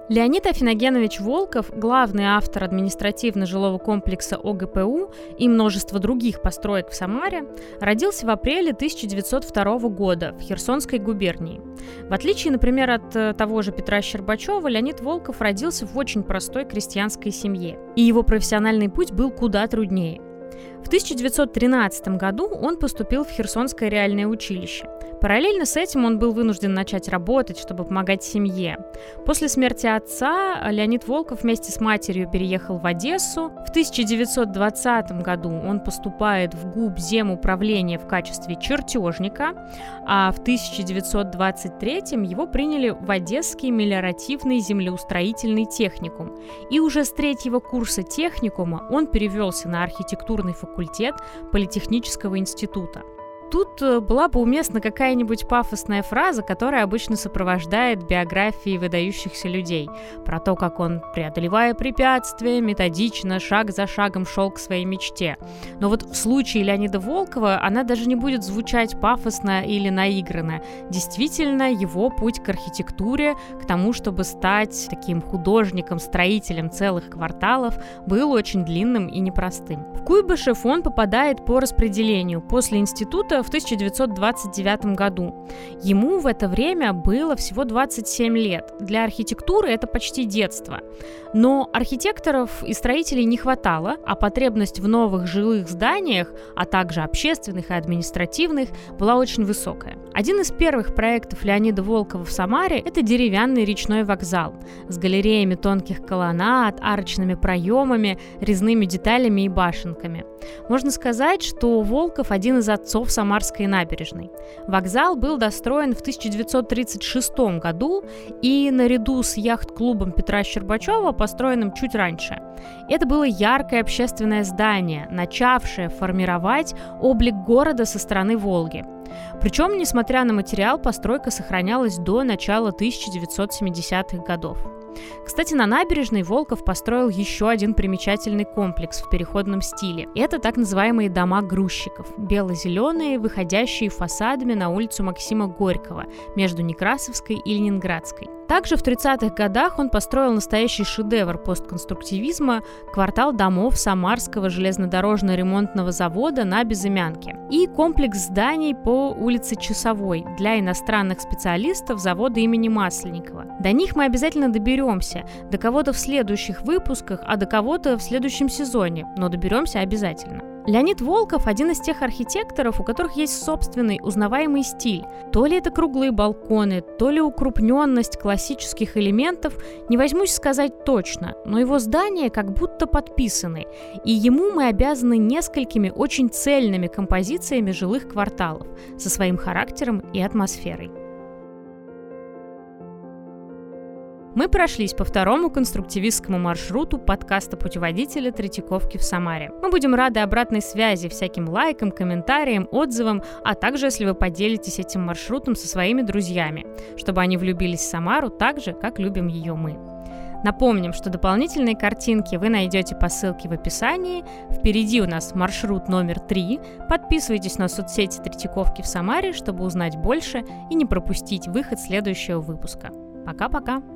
Леонид Афиногенович Волков, главный автор административно-жилого комплекса ОГПУ и множества других построек в Самаре, родился в апреле 1902 года в Херсонской губернии. В отличие, например, от того же Петра Щербачева, Леонид Волков родился в очень простой крестьянской семье, и его профессиональный путь был куда труднее. В 1913 году он поступил в Херсонское реальное училище. Параллельно с этим он был вынужден начать работать, чтобы помогать семье. После смерти отца Леонид Волков вместе с матерью переехал в Одессу. В 1920 году он поступает в ГУП земуправления в качестве чертежника, а в 1923 его приняли в Одесский мелиоративный землеустроительный техникум. И уже с третьего курса техникума он перевелся на архитектурный факультет Политехнического института. Тут была бы уместна какая-нибудь пафосная фраза, которая обычно сопровождает биографии выдающихся людей, про то, как он, преодолевая препятствия, методично, шаг за шагом шел к своей мечте. Но вот в случае Леонида Волкова она даже не будет звучать пафосно или наигранно. Действительно, его путь к архитектуре, к тому, чтобы стать таким художником-строителем целых кварталов, был очень длинным и непростым. В Куйбышев он попадает по распределению после института в 1929 году. Ему в это время было всего 27 лет. Для архитектуры это почти детство. Но архитекторов и строителей не хватало, а потребность в новых жилых зданиях, а также общественных и административных, была очень высокая. Один из первых проектов Леонида Волкова в Самаре – это деревянный речной вокзал с галереями тонких колоннад, арочными проемами, резными деталями и башенками. Можно сказать, что Волков – один из отцов Самарской набережной. Вокзал был достроен в 1936 году и наряду с яхт-клубом Петра Щербачева построенным чуть раньше. Это было яркое общественное здание, начавшее формировать облик города со стороны Волги. Причем, несмотря на материал, постройка сохранялась до начала 1970-х годов. Кстати, на набережной Волков построил еще один примечательный комплекс в переходном стиле. Это так называемые дома грузчиков, бело-зеленые, выходящие фасадами на улицу Максима Горького между Некрасовской и Ленинградской. Также в 30-х годах он построил настоящий шедевр постконструктивизма – квартал домов Самарского железнодорожно-ремонтного завода на Безымянке и комплекс зданий по улице Часовой для иностранных специалистов завода имени Масленникова. До них мы обязательно доберемся, до кого-то в следующих выпусках, а до кого-то в следующем сезоне, но доберемся обязательно. Леонид Волков – один из тех архитекторов, у которых есть собственный узнаваемый стиль. То ли это круглые балконы, то ли укрупненность классических элементов, не возьмусь сказать точно, но его здания как будто подписаны, и ему мы обязаны несколькими очень цельными композициями жилых кварталов со своим характером и атмосферой. Мы прошлись по второму конструктивистскому маршруту подкаста «Путеводителя Третьяковки в Самаре». Мы будем рады обратной связи, всяким лайкам, комментариям, отзывам, а также, если вы поделитесь этим маршрутом со своими друзьями, чтобы они влюбились в Самару так же, как любим ее мы. Напомним, что дополнительные картинки вы найдете по ссылке в описании. Впереди у нас маршрут номер 3. Подписывайтесь на соцсети Третьяковки в Самаре, чтобы узнать больше и не пропустить выход следующего выпуска. Пока-пока!